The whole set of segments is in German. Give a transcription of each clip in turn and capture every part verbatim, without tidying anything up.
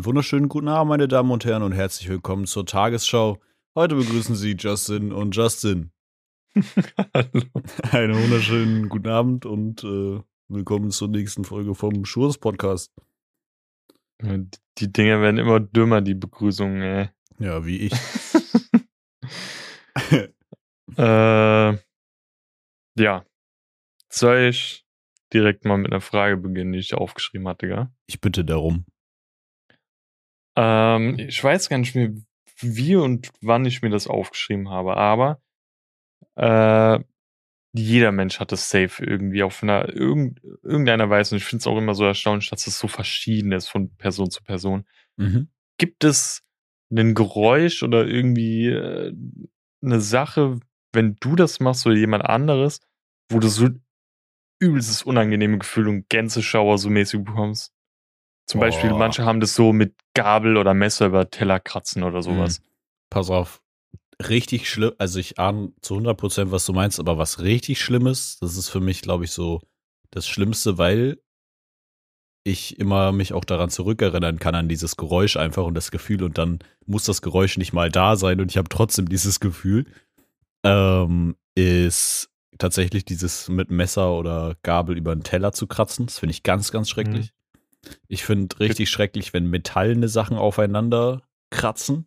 Einen wunderschönen guten Abend, meine Damen und Herren, und herzlich willkommen zur Tagesschau. Heute begrüßen Sie Justin und Justin. Hallo. Einen wunderschönen guten Abend und äh, willkommen zur nächsten Folge vom Schurz Podcast. Die Dinger werden immer dümmer, die Begrüßungen, ey. Ja, wie ich. äh, ja. Soll ich direkt mal mit einer Frage beginnen, die ich aufgeschrieben hatte, gell? Ich bitte darum. Ähm, ich weiß gar nicht mehr, wie und wann ich mir das aufgeschrieben habe, aber äh, jeder Mensch hat das safe irgendwie auf einer irgend, irgendeiner Weise. Und ich finde es auch immer so erstaunlich, dass es so verschieden ist von Person zu Person. Mhm. Gibt es ein Geräusch oder irgendwie äh, eine Sache, wenn du das machst oder jemand anderes, wo du so übelstes unangenehme Gefühl und Gänseschauer so mäßig bekommst? Zum Boah. Beispiel, manche haben das so mit Gabel oder Messer über Teller kratzen oder sowas. Mhm. Pass auf. Richtig schlimm, also ich ahne zu hundert Prozent, was du meinst, aber was richtig Schlimmes, das ist für mich, glaube ich, so das Schlimmste, weil ich immer mich auch daran zurückerinnern kann, an dieses Geräusch einfach und das Gefühl, und dann muss das Geräusch nicht mal da sein und ich habe trotzdem dieses Gefühl, ähm, ist tatsächlich dieses mit Messer oder Gabel über einen Teller zu kratzen. Das finde ich ganz, ganz schrecklich. Mhm. Ich finde richtig schrecklich, wenn metallene Sachen aufeinander kratzen.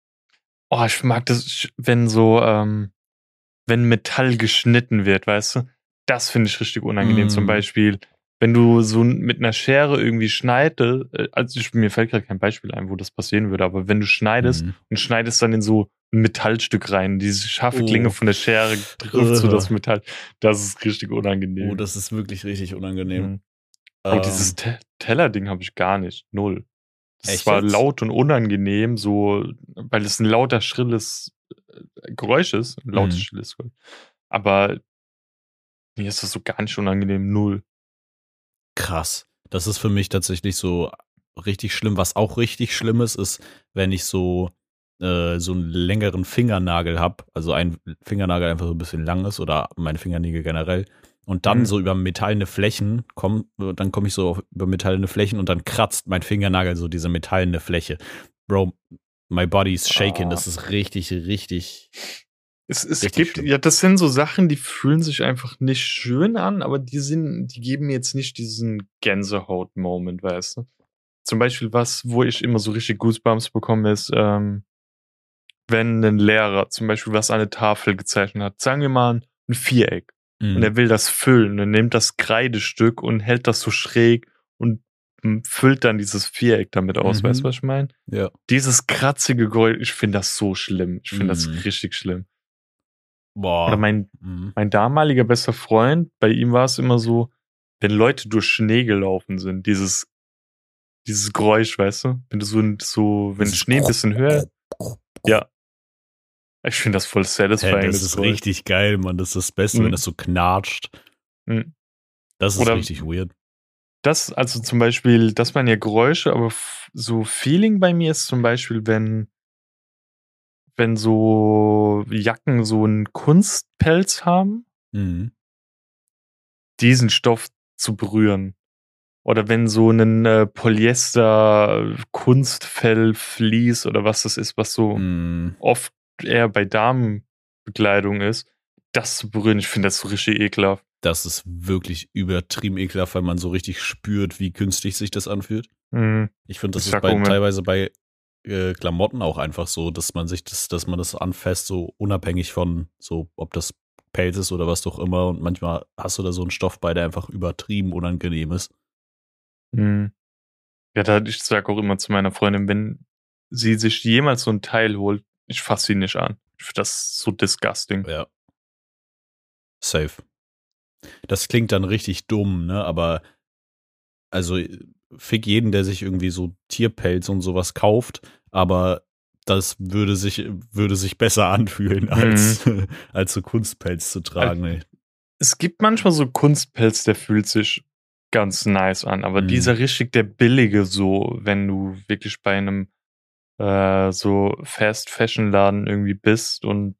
Oh, ich mag das, wenn so, ähm, wenn Metall geschnitten wird, weißt du? Das finde ich richtig unangenehm. Mm. Zum Beispiel, wenn du so mit einer Schere irgendwie schneidest, also ich, mir fällt gerade kein Beispiel ein, wo das passieren würde, aber wenn du schneidest mm. und schneidest dann in so ein Metallstück rein, diese scharfe Klinge oh. von der Schere trifft so das Metall, das ist richtig unangenehm. Oh, das ist wirklich richtig unangenehm. Mhm. Aber ähm. dieses Te- Teller-Ding habe ich gar nicht, null. Das Echt war jetzt? laut und unangenehm, so, weil es ein lauter, schrilles Geräusch ist. Ein lautes, mhm. schrilles Geräusch. Aber mir ist das so gar nicht unangenehm, null. Krass. Das ist für mich tatsächlich so richtig schlimm. Was auch richtig schlimm ist, ist, wenn ich so, äh, so einen längeren Fingernagel habe, also ein Fingernagel einfach so ein bisschen lang ist oder meine Fingernägel generell. Und dann mhm. so über metallene Flächen komm, dann komme ich so auf, über metallene Flächen und dann kratzt mein Fingernagel so diese metallene Fläche. Bro, my body's shaking. Ah. Das ist richtig, richtig. Es, es richtig gibt, schlimm. Ja, das sind so Sachen, die fühlen sich einfach nicht schön an, aber die sind, die geben jetzt nicht diesen Gänsehaut-Moment, weißt du? Zum Beispiel was, wo ich immer so richtig Goosebumps bekomme, ist, ähm, wenn ein Lehrer zum Beispiel was an der Tafel gezeichnet hat, sagen wir mal ein Viereck. Mhm. Und er will das füllen. Er nimmt das Kreidestück und hält das so schräg und füllt dann dieses Viereck damit aus. Mhm. Weißt du, was ich meine? Ja. Dieses kratzige Gold, ich finde das so schlimm. Ich finde mhm. das richtig schlimm. Boah. Oder mein, mhm. mein damaliger bester Freund, bei ihm war es immer so, wenn Leute durch Schnee gelaufen sind, dieses, dieses Geräusch, weißt du? Wenn du so, so wenn Schnee ein bisschen höher. Ja. Ich finde das voll satisfying. Hey, das ist Geräusch. Richtig geil, Mann. Das ist das Beste, mhm. wenn das so knatscht. Mhm. Das ist Oder richtig weird. Das, also zum Beispiel, das waren ja Geräusche, aber f- so Feeling bei mir ist zum Beispiel, wenn, wenn so Jacken so einen Kunstpelz haben, mhm. diesen Stoff zu berühren. Oder wenn so ein äh, Polyester Kunstfell Vlies oder was das ist, was so mhm. oft eher bei Damenbekleidung ist, das zu berühren, ich finde das so richtig ekelhaft. Das ist wirklich übertrieben ekelhaft, weil man so richtig spürt, wie künstlich sich das anfühlt. Mhm. Ich finde, das ich ist bei, teilweise bei äh, Klamotten auch einfach so, dass man sich das, dass man das anfasst, so unabhängig von so, ob das Pelz ist oder was doch immer. Und manchmal hast du da so einen Stoff bei, der einfach übertrieben unangenehm ist. Mhm. Ja, da, ich sag auch immer zu meiner Freundin, wenn sie sich jemals so ein Teil holt, ich fasse sie nicht an. Ich finde das so disgusting. Ja. Safe. Das klingt dann richtig dumm, ne? Aber also fick jeden, der sich irgendwie so Tierpelz und sowas kauft, aber das würde sich, würde sich besser anfühlen, als, mhm. als so Kunstpelz zu tragen. Also, es gibt manchmal so Kunstpelz, der fühlt sich ganz nice an, aber mhm. dieser richtig der billige so, wenn du wirklich bei einem äh, so Fast-Fashion-Laden irgendwie bist und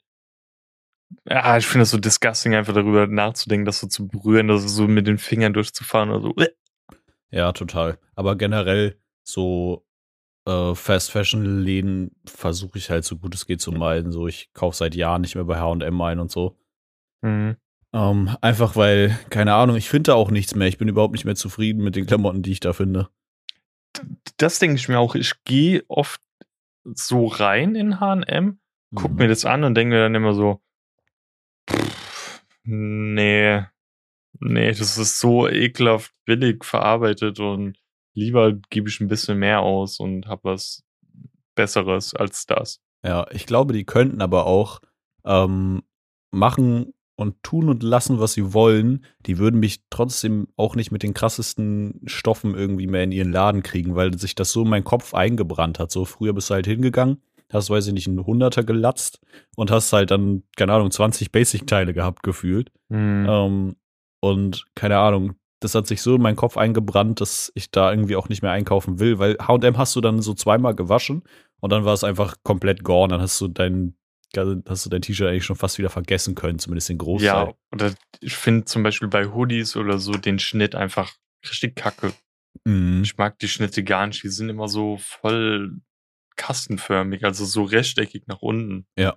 ja, ich finde das so disgusting, einfach darüber nachzudenken, das so zu berühren, das so mit den Fingern durchzufahren oder so. Ja, total. Aber generell so äh, Fast-Fashion-Läden versuche ich halt so gut es geht zu meiden. So, ich kaufe seit Jahren nicht mehr bei H und M ein und so. Mhm. Ähm, einfach weil, keine Ahnung, ich finde da auch nichts mehr. Ich bin überhaupt nicht mehr zufrieden mit den Klamotten, die ich da finde. Das denke ich mir auch. Ich gehe oft so rein in H und M, guck Mhm. mir das an und denke mir dann immer so, pff, nee, nee, das ist so ekelhaft billig verarbeitet und lieber gebe ich ein bisschen mehr aus und habe was Besseres als das. Ja, ich glaube, die könnten aber auch ähm, machen und tun und lassen, was sie wollen. Die würden mich trotzdem auch nicht mit den krassesten Stoffen irgendwie mehr in ihren Laden kriegen, weil sich das so in meinen Kopf eingebrannt hat. So früher bist du halt hingegangen, hast, weiß ich nicht, einen Hunderter gelatzt und hast halt dann, keine Ahnung, zwanzig Basic-Teile gehabt gefühlt. Mhm. Ähm, und keine Ahnung, das hat sich so in meinen Kopf eingebrannt, dass ich da irgendwie auch nicht mehr einkaufen will, weil H und M hast du dann so zweimal gewaschen und dann war es einfach komplett gone. Dann hast du dein, hast du dein T-Shirt eigentlich schon fast wieder vergessen können, zumindest den Großteil. Ja, oder ich finde zum Beispiel bei Hoodies oder so den Schnitt einfach richtig kacke. Mhm. Ich mag die Schnitte gar nicht. Die sind immer so voll kastenförmig, also so rechteckig nach unten. Ja.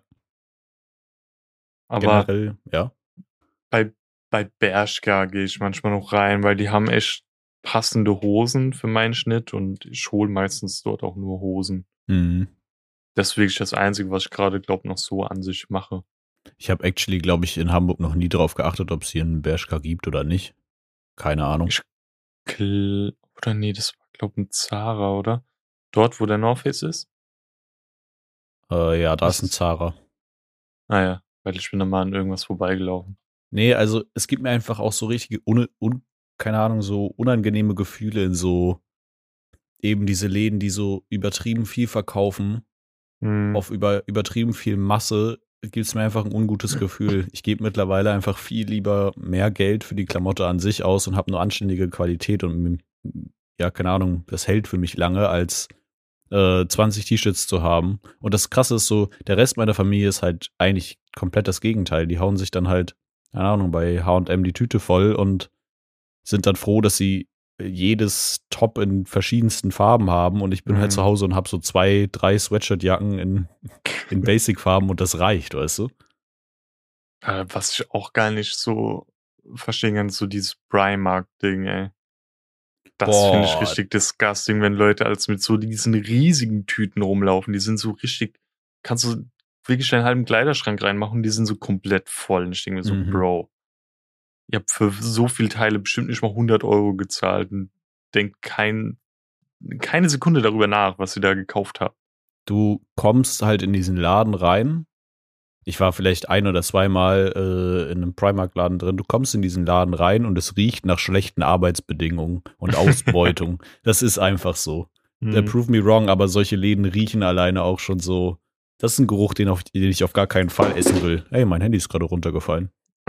Aber generell, ja. bei, bei Bershka gehe ich manchmal noch rein, weil die haben echt passende Hosen für meinen Schnitt und ich hole meistens dort auch nur Hosen. Mhm. Das ist wirklich das Einzige, was ich gerade, glaube noch so an sich mache. Ich habe actually, glaube ich, in Hamburg noch nie drauf geachtet, ob es hier einen Bershka gibt oder nicht. Keine Ahnung. Ich kl- oder nee, das war, glaube ich, ein Zara, oder? Dort, wo der North Face ist? Äh, ja, da Das ist ein ist- Zara. Naja, weil ich bin da mal an irgendwas vorbeigelaufen. Nee, also es gibt mir einfach auch so richtige, un, un, keine Ahnung, so unangenehme Gefühle in so eben diese Läden, die so übertrieben viel verkaufen, Hm. auf über, übertrieben viel Masse, gibt es mir einfach ein ungutes Gefühl. Ich gebe mittlerweile einfach viel lieber mehr Geld für die Klamotte an sich aus und habe nur anständige Qualität und ja, keine Ahnung, das hält für mich lange, als äh, zwanzig T-Shirts zu haben. Und das Krasse ist so, der Rest meiner Familie ist halt eigentlich komplett das Gegenteil. Die hauen sich dann halt, keine Ahnung, bei H und M die Tüte voll und sind dann froh, dass sie jedes Top in verschiedensten Farben haben und ich bin Mhm. halt zu Hause und habe so zwei, drei Sweatshirt-Jacken in, in Basic-Farben und das reicht, weißt du? Äh, Was ich auch gar nicht so verstehen kann, so dieses Primark-Ding, ey. Das finde ich Boah. richtig disgusting, wenn Leute als mit so diesen riesigen Tüten rumlaufen. Die sind so richtig, kannst du wirklich deinen halben Kleiderschrank reinmachen, die sind so komplett voll. Und ich denke mir so, Mhm. Bro, ihr habt für so viele Teile bestimmt nicht mal hundert Euro gezahlt und denkt kein, keine Sekunde darüber nach, was ihr da gekauft habt. Du kommst halt in diesen Laden rein. Ich war vielleicht ein oder zweimal äh, in einem Primark-Laden drin. Du kommst in diesen Laden rein und es riecht nach schlechten Arbeitsbedingungen und Ausbeutung. Das ist einfach so. Äh, Hm. prove me wrong, aber solche Läden riechen alleine auch schon so. Das ist ein Geruch, den, auf, den ich auf gar keinen Fall essen will. Hey, mein Handy ist gerade runtergefallen.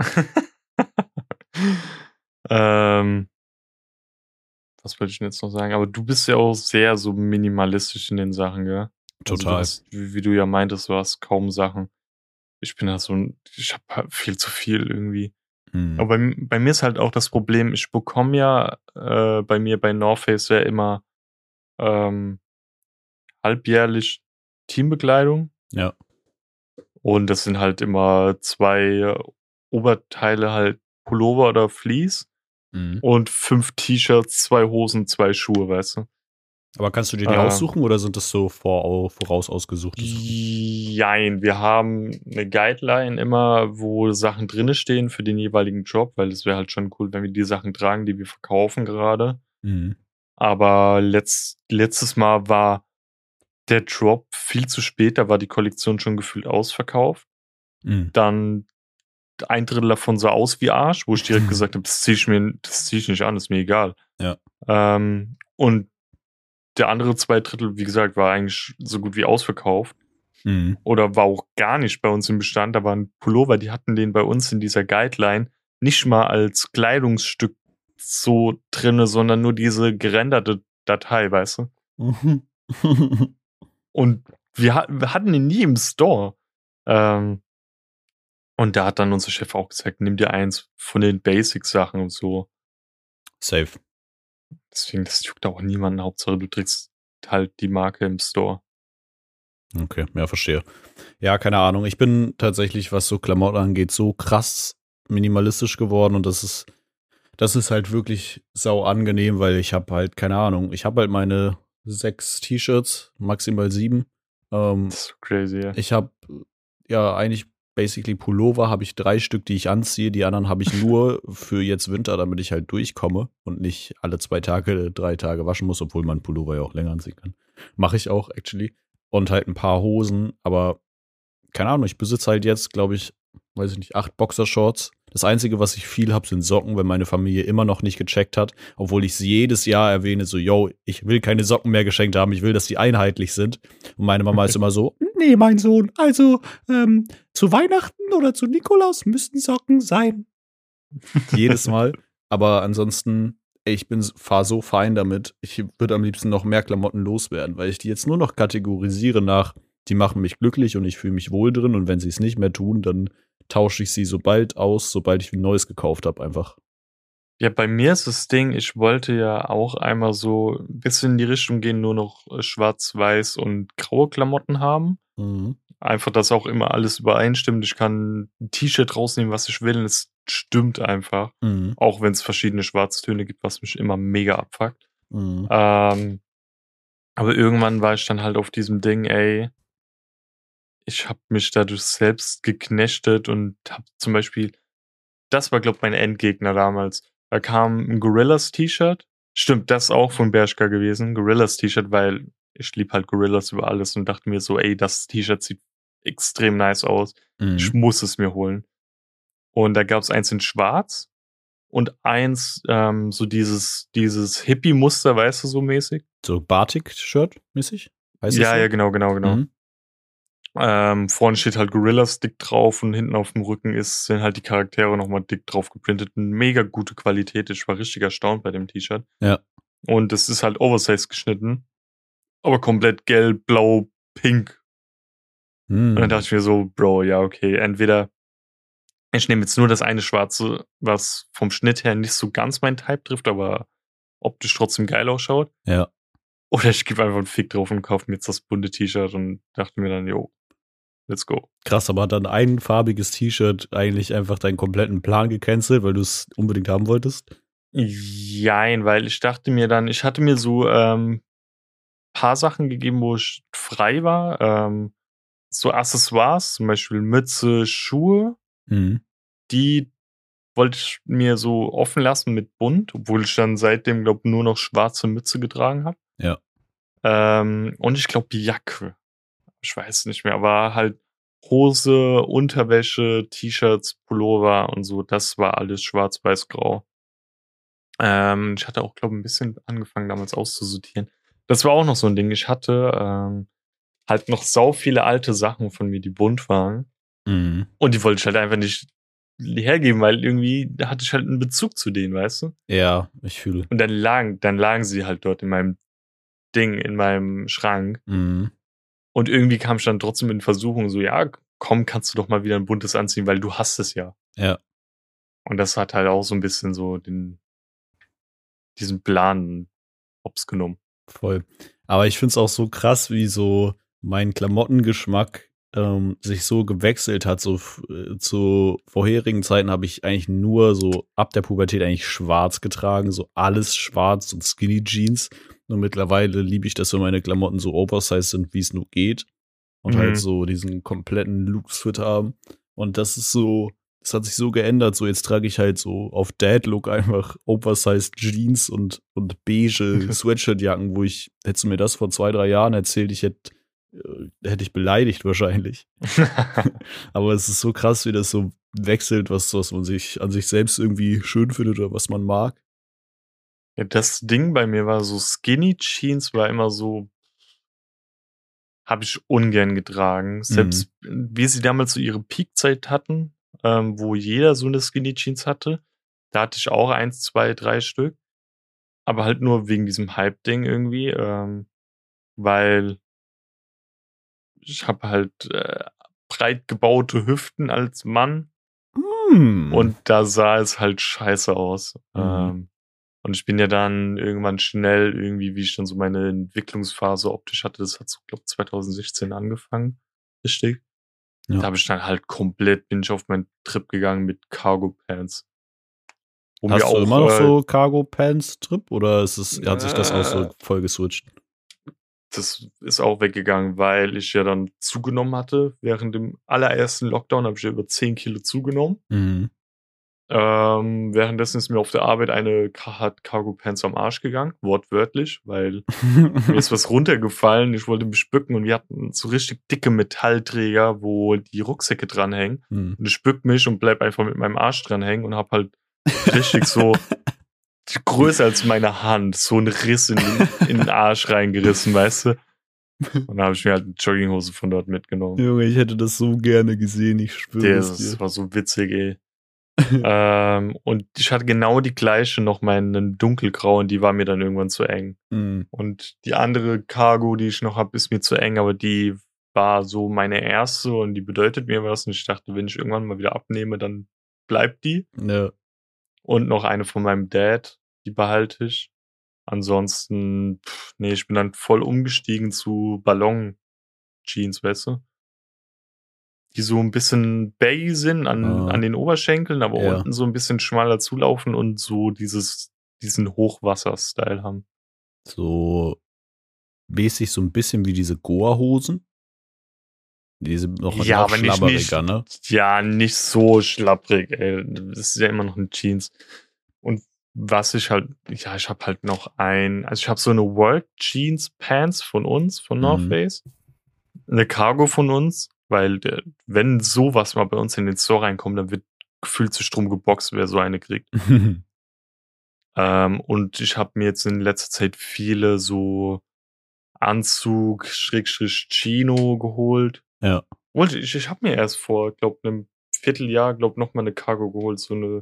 ähm, was wollte ich denn jetzt noch sagen? Aber du bist ja auch sehr so minimalistisch in den Sachen, gell? Also Total. du hast, wie, wie du ja meintest, du hast kaum Sachen. Ich bin da so ein, ich habe viel zu viel irgendwie. Hm. Aber bei, bei mir ist halt auch das Problem, ich bekomme ja äh, bei mir bei North Face ja immer ähm, halbjährlich Teambekleidung. Ja. Und das sind halt immer zwei Oberteile, halt Pullover oder Fleece. Mhm. Und fünf T-Shirts, zwei Hosen, zwei Schuhe, weißt du? Aber kannst du dir die Äh, aussuchen oder sind das so vor, voraus ausgesuchte Sachen? Jein, wir haben eine Guideline immer, wo Sachen drinne stehen für den jeweiligen Job, weil es wäre halt schon cool, wenn wir die Sachen tragen, die wir verkaufen gerade. Mhm. Aber letzt, letztes Mal war der Drop viel zu spät, da war die Kollektion schon gefühlt ausverkauft. Mhm. Dann ein Drittel davon sah aus wie Arsch, wo ich direkt gesagt habe, das ziehe ich mir, das ziehe ich nicht an, ist mir egal. Ja. Ähm, und der andere zwei Drittel, wie gesagt, war eigentlich so gut wie ausverkauft. Mhm. Oder war auch gar nicht bei uns im Bestand. Da waren Pullover, die hatten den bei uns in dieser Guideline nicht mal als Kleidungsstück so drinne, sondern nur diese gerenderte Datei, weißt du? Mhm. Und wir, hat, wir hatten ihn nie im Store. Ähm, und da hat dann unser Chef auch gesagt, nimm dir eins von den Basic-Sachen und so. Safe. Deswegen, das juckt auch niemanden. Hauptsache, du trägst trägt halt die Marke im Store. Okay, ja, verstehe. Ja, keine Ahnung. Ich bin tatsächlich, was so Klamotten angeht, so krass minimalistisch geworden und das ist, das ist halt wirklich sau angenehm, weil ich habe halt, keine Ahnung, ich habe halt meine sechs T-Shirts, maximal sieben. Ähm, Das ist so crazy, ja. Ich habe ja eigentlich basically Pullover, habe ich drei Stück, die ich anziehe. Die anderen habe ich nur für jetzt Winter, damit ich halt durchkomme und nicht alle zwei Tage, drei Tage waschen muss, obwohl man Pullover ja auch länger anziehen kann. Mache ich auch, actually. Und halt ein paar Hosen, aber keine Ahnung, ich besitze halt jetzt, glaube ich, weiß ich nicht, acht Boxershorts. Das Einzige, was ich viel habe, sind Socken, wenn meine Familie immer noch nicht gecheckt hat, obwohl ich sie jedes Jahr erwähne, so, yo, ich will keine Socken mehr geschenkt haben, ich will, dass die einheitlich sind. Und meine Mama ist immer so, nee, mein Sohn, also ähm, zu Weihnachten oder zu Nikolaus müssten Socken sein. Jedes Mal. Aber ansonsten, ey, ich bin fahr so fein damit. Ich würde am liebsten noch mehr Klamotten loswerden, weil ich die jetzt nur noch kategorisiere nach, die machen mich glücklich und ich fühle mich wohl drin. Und wenn sie es nicht mehr tun, dann tausche ich sie sobald aus, sobald ich ein neues gekauft habe, einfach. Ja, bei mir ist das Ding, ich wollte ja auch einmal so ein bisschen in die Richtung gehen, nur noch äh, schwarz-weiß und graue Klamotten haben. Mhm. Einfach, dass auch immer alles übereinstimmt. Ich kann ein T-Shirt rausnehmen, was ich will, und es stimmt einfach. Mhm. Auch wenn es verschiedene Schwarztöne gibt, was mich immer mega abfuckt. Mhm. Ähm, aber irgendwann war ich dann halt auf diesem Ding, ey, ich habe mich dadurch selbst geknechtet und habe zum Beispiel, das war, glaube ich, mein Endgegner damals. Da kam ein Gorillaz-T-Shirt. Stimmt, das ist auch von Bershka gewesen. Gorillaz-T-Shirt, weil ich lieb halt Gorillaz über alles und dachte mir so, ey, das T-Shirt sieht extrem nice aus. Mhm. Ich muss es mir holen. Und da gab es eins in schwarz und eins ähm, so dieses, dieses Hippie-Muster, weißt du, so mäßig. So Batik-Shirt mäßig? Heißt Ja, das so? ja, genau, genau, genau. Mhm. Ähm, vorne steht halt Gorillaz dick drauf und hinten auf dem Rücken ist, sind halt die Charaktere nochmal dick drauf geprintet. Mega gute Qualität. Ich war richtig erstaunt bei dem T-Shirt. Ja. Und es ist halt Oversize geschnitten. Aber komplett gelb, blau, pink. Mhm. Und dann dachte ich mir so, Bro, ja, okay, entweder ich nehme jetzt nur das eine Schwarze, was vom Schnitt her nicht so ganz mein Type trifft, aber optisch trotzdem geil ausschaut. Ja. Oder ich gebe einfach einen Fick drauf und kaufe mir jetzt das bunte T-Shirt und dachte mir dann, jo, let's go. Krass, aber hat dann ein farbiges T-Shirt eigentlich einfach deinen kompletten Plan gecancelt, weil du es unbedingt haben wolltest? Jein, weil ich dachte mir dann, ich hatte mir so ähm, paar Sachen gegeben, wo ich frei war. Ähm, so Accessoires, zum Beispiel Mütze, Schuhe, Mhm. die wollte ich mir so offen lassen mit bunt, obwohl ich dann seitdem, glaube ich, nur noch schwarze Mütze getragen habe. Ja. Ähm, und ich glaube, Jacke. Ich weiß nicht mehr, aber halt Hose, Unterwäsche, T-Shirts, Pullover und so, das war alles schwarz-weiß-grau. Ähm, ich hatte auch, glaube ich, ein bisschen angefangen damals auszusortieren. Das war auch noch so ein Ding. Ich hatte ähm, halt noch sau viele alte Sachen von mir, die bunt waren. Mhm. Und die wollte ich halt einfach nicht hergeben, weil irgendwie da hatte ich halt einen Bezug zu denen, weißt du? Ja, ich fühle. Und dann lagen, dann lagen sie halt dort in meinem Ding, in meinem Schrank. Mhm. Und irgendwie kam ich dann trotzdem in Versuchung so, ja, komm, kannst du doch mal wieder ein buntes anziehen, weil du hast es ja. Ja. Und das hat halt auch so ein bisschen so den, diesen Plan hops genommen. Voll. Aber ich finde es auch so krass, wie so mein Klamottengeschmack ähm, sich so gewechselt hat. So äh, zu vorherigen Zeiten habe ich eigentlich nur so ab der Pubertät eigentlich schwarz getragen, so alles schwarz und Skinny Jeans. Und mittlerweile liebe ich das, wenn meine Klamotten so oversized sind, wie es nur geht. Und Mhm. halt so diesen kompletten Looks-Fit haben. Und das ist so, das hat sich so geändert. So, jetzt trage ich halt so auf Dad-Look einfach oversized Jeans und, und beige Sweatshirt-Jacken, wo ich, hättest du mir das vor zwei, drei Jahren erzählt, ich hätte, äh, hätte ich beleidigt wahrscheinlich. Aber es ist so krass, wie das so wechselt, was, was man sich an sich selbst irgendwie schön findet oder was man mag. Ja, das Ding bei mir war so, Skinny Jeans war immer so, habe ich ungern getragen. Selbst wie sie damals so ihre Peakzeit hatten, ähm, wo jeder so eine Skinny Jeans hatte, da hatte ich auch eins, zwei, drei Stück. Aber halt nur wegen diesem Hype-Ding irgendwie, ähm, weil ich habe halt äh, breit gebaute Hüften als Mann Mm. und da sah es halt scheiße aus. Mhm. Ähm, Und ich bin ja dann irgendwann schnell irgendwie, wie ich dann so meine Entwicklungsphase optisch hatte, das hat so, glaube ich, zwanzig sechzehn angefangen, richtig? Ja. Da habe ich dann halt komplett, bin ich auf meinen Trip gegangen mit Cargo Pants. Um Hast du auch, immer noch äh, so Cargo Pants Trip oder ist es, äh, hat sich das auch so voll geswitcht? Das ist auch weggegangen, weil ich ja dann zugenommen hatte. Während dem allerersten Lockdown habe ich ja über zehn Kilo zugenommen. Mhm. Ähm, währenddessen ist mir auf der Arbeit eine hat Cargo Pants am Arsch gegangen, wortwörtlich, weil mir ist was runtergefallen. Ich wollte mich bücken und wir hatten so richtig dicke Metallträger, wo die Rucksäcke dranhängen. Mhm. Und ich bück mich und bleib einfach mit meinem Arsch dranhängen und hab halt richtig so größer als meine Hand, so einen Riss in den, in den Arsch reingerissen, weißt du? Und da habe ich mir halt eine Jogginghose von dort mitgenommen. Junge, ich hätte das so gerne gesehen, ich schwöre es dir. Das war so witzig, ey. ähm, und ich hatte genau die gleiche noch mal in einem dunkelgrauen, die war mir dann irgendwann zu eng. Mhm. Und die andere Cargo, die ich noch habe, ist mir zu eng, aber die war so meine erste und die bedeutet mir was. Und ich dachte, wenn ich irgendwann mal wieder abnehme, dann bleibt die. Ja. Und noch eine von meinem Dad, die behalte ich. Ansonsten, pff, nee, ich bin dann voll umgestiegen zu Ballon-Jeans, weißt du? Die so ein bisschen baggy sind an, Ah. an den Oberschenkeln, aber Ja. unten so ein bisschen schmaler zulaufen und so dieses, diesen Hochwasser-Style haben. So mäßig so ein bisschen wie diese Goa-Hosen. Die sind noch, ja, noch aber nicht, schlabberiger, nicht, ne? Ja, nicht so schlapprig, ey. Das ist ja immer noch ein Jeans. Und was ich halt, ja, ich habe halt noch ein, also ich habe so eine Work Jeans Pants von uns, von North Mhm. Face. Eine Cargo von uns, weil der, wenn sowas mal bei uns in den Store reinkommt, dann wird gefühlt zu Strom geboxt, wer so eine kriegt. ähm, und ich habe mir jetzt in letzter Zeit viele so Anzug, Schrägstrich Chino geholt. Ja. Wollte ich, ich habe mir erst vor, glaube einem Vierteljahr, glaube noch mal eine Cargo geholt, so eine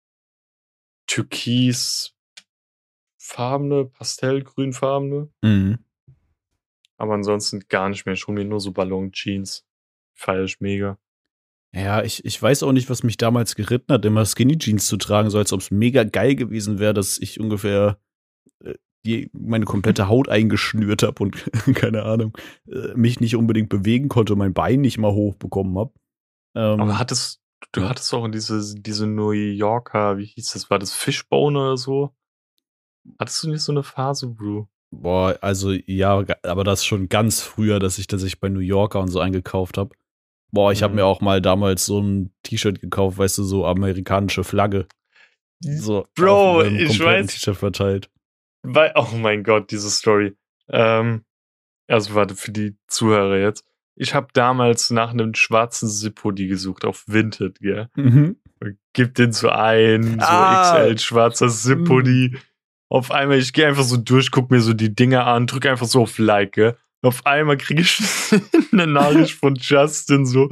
türkisfarbene, pastellgrünfarbene. Mhm. Aber ansonsten gar nicht mehr. Ich hole mir nur so Ballon-Jeans. Feier ich mega. Ja, ich, ich weiß auch nicht, was mich damals geritten hat, immer Skinny Jeans zu tragen, so als ob es mega geil gewesen wäre, dass ich ungefähr äh, die, meine komplette Haut eingeschnürt habe und keine Ahnung, äh, mich nicht unbedingt bewegen konnte, mein Bein nicht mal hochbekommen habe. Ähm, Aber hattest du ja. hattest auch diese, diese New Yorker, wie hieß das? War das Fishbone oder so? Hattest du nicht so eine Phase, Bro? Boah, also ja, aber das schon ganz früher, dass ich, dass ich bei New Yorker und so eingekauft habe. Boah, ich habe Mhm. mir auch mal damals so ein T-Shirt gekauft, weißt du, so amerikanische Flagge. So Bro, auf einem ich kompletten weiß. T-Shirt verteilt. Weil, oh mein Gott, diese Story. Ähm, also warte, für die Zuhörer jetzt. Ich habe damals nach einem schwarzen Zip-Hoodie gesucht auf Vinted, gell? Mhm. Und gib den so ein, so Ah. X L schwarzer Zip-Hoodie. Auf einmal, ich gehe einfach so durch, guck mir so die Dinger an, drück einfach so auf Like, gell? Auf einmal kriege ich eine Nachricht von Justin so.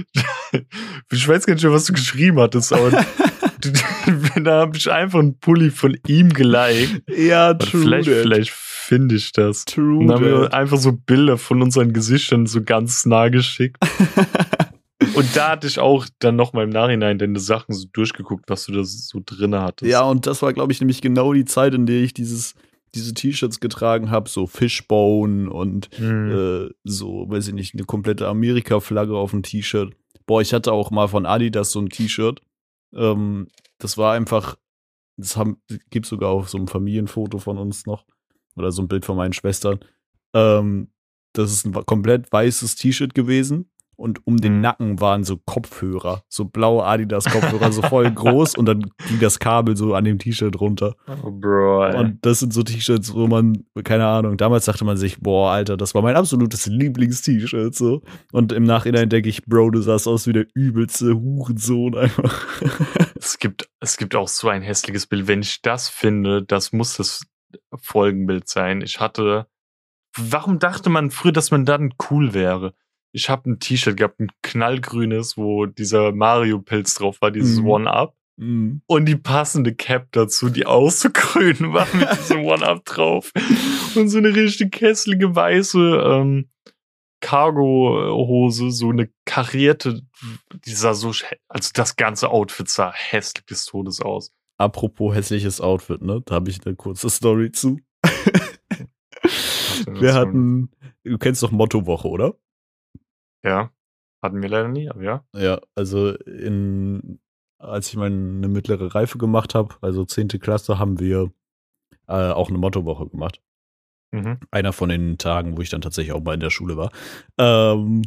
Ich weiß gar nicht mehr, was du geschrieben hattest, aber da habe ich einfach einen Pulli von ihm geliked. Ja, true. Vielleicht, vielleicht finde ich das. True. Und dann haben wir that. einfach so Bilder von unseren Gesichtern so ganz nah geschickt. Und da hatte ich auch dann nochmal im Nachhinein deine Sachen so durchgeguckt, was du da so drin hattest. Ja, und das war, glaube ich, nämlich genau die Zeit, in der ich dieses, diese T-Shirts getragen habe, so Fishbone und Mhm. äh, so, weiß ich nicht, eine komplette Amerika-Flagge auf dem T-Shirt. Boah, ich hatte auch mal von Adidas so ein T-Shirt. Ähm, das war einfach, das haben, gibt sogar auf so einem Familienfoto von uns noch. Oder so ein Bild von meinen Schwestern. Ähm, das ist ein komplett weißes T-Shirt gewesen. Und um den Mhm. Nacken waren so Kopfhörer, so blaue Adidas-Kopfhörer, so voll groß und dann ging das Kabel so an dem T-Shirt runter. Oh, Bro, ey. Und das sind so T-Shirts, wo man, keine Ahnung, damals dachte man sich, boah, Alter, das war mein absolutes Lieblings-T-Shirt, so. Und im Nachhinein denke ich, Bro, du sahst aus wie der übelste Hurensohn einfach. Es gibt, es gibt auch so ein hässliches Bild. Wenn ich das finde, das muss das Folgenbild sein. Ich hatte, warum dachte man früher, dass man dann cool wäre? Ich habe ein T-Shirt gehabt, ein knallgrünes, wo dieser Mario-Pilz drauf war, dieses Mhm. One-Up. Mhm. Und die passende Cap dazu, die auch so grün war mit diesem One-Up drauf. Und so eine richtig hässliche weiße ähm, Cargo-Hose, so eine karierte, die sah so, also das ganze Outfit sah hässlich des Todes aus. apropos hässliches Outfit, ne? Da habe ich eine kurze Story zu. Wir hatten, du kennst doch Mottowoche, oder? Ja, hatten wir leider nie, aber ja. Ja, also in, als ich meine mittlere Reife gemacht habe, also zehnte Klasse, haben wir äh, auch eine Mottowoche gemacht. Mhm. Einer von den Tagen, wo ich dann tatsächlich auch mal in der Schule war. Ähm,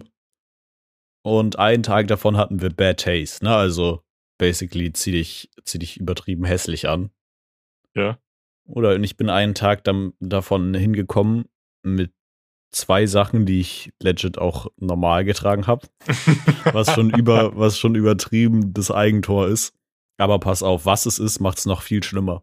und einen Tag davon hatten wir Bad Taste, ne? Also basically zieh dich, zieh dich übertrieben hässlich an. Ja. Oder ich bin einen Tag dann davon hingekommen mit zwei Sachen, die ich legit auch normal getragen habe. was schon über, was schon übertrieben das Eigentor ist. Aber pass auf, was es ist, macht es noch viel schlimmer.